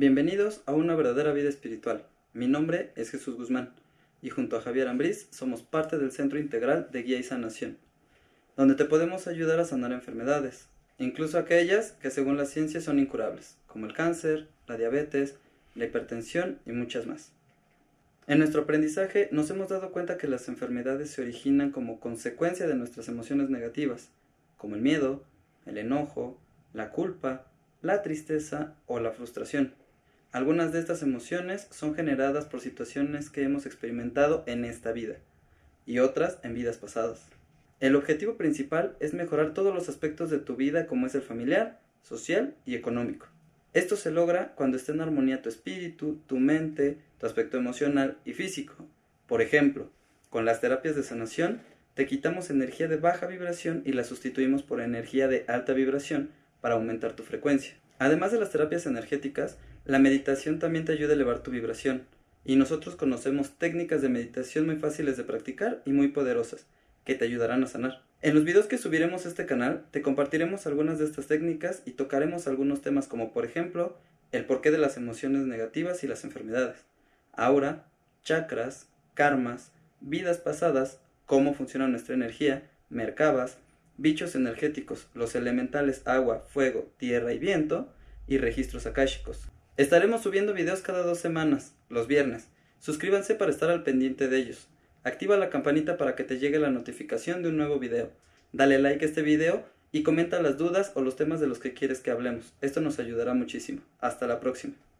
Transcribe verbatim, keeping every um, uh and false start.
Bienvenidos a una verdadera vida espiritual. Mi nombre es Jesús Guzmán y junto a Javier Ambriz somos parte del Centro Integral de Guía y Sanación, donde te podemos ayudar a sanar enfermedades, incluso aquellas que según la ciencia son incurables, como el cáncer, la diabetes, la hipertensión y muchas más. En nuestro aprendizaje nos hemos dado cuenta que las enfermedades se originan como consecuencia de nuestras emociones negativas, como el miedo, el enojo, la culpa, la tristeza o la frustración. Algunas de estas emociones son generadas por situaciones que hemos experimentado en esta vida y otras en vidas pasadas. El objetivo principal es mejorar todos los aspectos de tu vida, como es el familiar, social y económico. Esto se logra cuando esté en armonía tu espíritu, tu mente, tu aspecto emocional y físico. Por ejemplo, con las terapias de sanación, te quitamos energía de baja vibración y la sustituimos por energía de alta vibración para aumentar tu frecuencia. Además de las terapias energéticas, la meditación también te ayuda a elevar tu vibración, y nosotros conocemos técnicas de meditación muy fáciles de practicar y muy poderosas, que te ayudarán a sanar. En los videos que subiremos a este canal, te compartiremos algunas de estas técnicas y tocaremos algunos temas como por ejemplo, el porqué de las emociones negativas y las enfermedades, aura, chakras, karmas, vidas pasadas, cómo funciona nuestra energía, merkabas, bichos energéticos, los elementales agua, fuego, tierra y viento, y registros akáshicos. Estaremos subiendo videos cada dos semanas, los viernes. Suscríbanse para estar al pendiente de ellos. Activa la campanita para que te llegue la notificación de un nuevo video. Dale like a este video y comenta las dudas o los temas de los que quieres que hablemos. Esto nos ayudará muchísimo. Hasta la próxima.